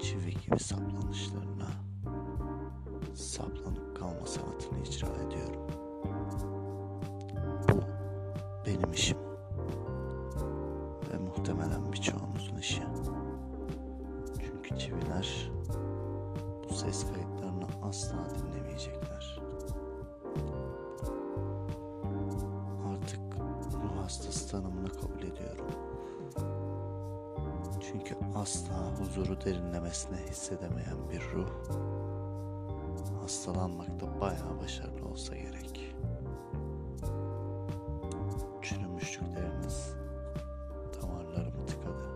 çivi gibi saplanışlarına saplanıp kalma sanatını icra ediyorum. Bu benim işim ve muhtemelen birçoğunuzun işi. Çünkü çiviler bu ses kayıtlarını asla dinlemeyecekler. Artık ruh hastası tanımını kabul ediyorum. Çünkü asla huzuru derinlemesine hissedemeyen bir ruh hastalanmakta bayağı başarılı olsa gerek. Çürümüşlükleriniz damarlarımı tıkadı.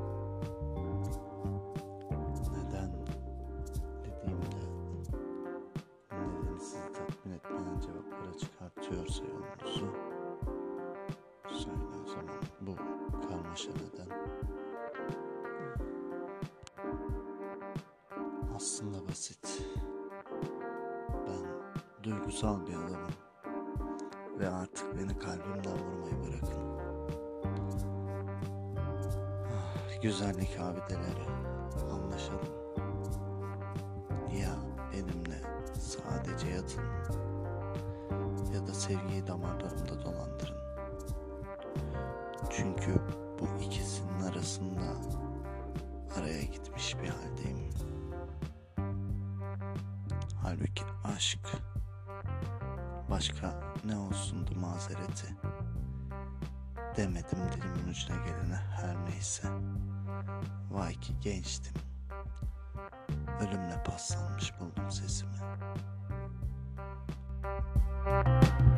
Neden dediğimde nedeni sizi tatmin etmeyen cevaplara çıkartıyorsa yolunuzu söyle o zaman bu karmaşa neden? Aslında basit. Ben duygusal bir adamım ve artık beni kalbimden vurmayı bırakın. Güzellik abideleri, anlaşalım. Ya benimle sadece yatın ya da sevgiyi damarlarımda dolandırın. Çünkü bu ikisinin arasında araya gitmiş bir haldeyim. Halbuki aşk başka ne olsundu mazereti. Demedim dilimin ucuna gelene her neyse. Vay ki gençtim. Ölümle paslanmış buldum sesimi.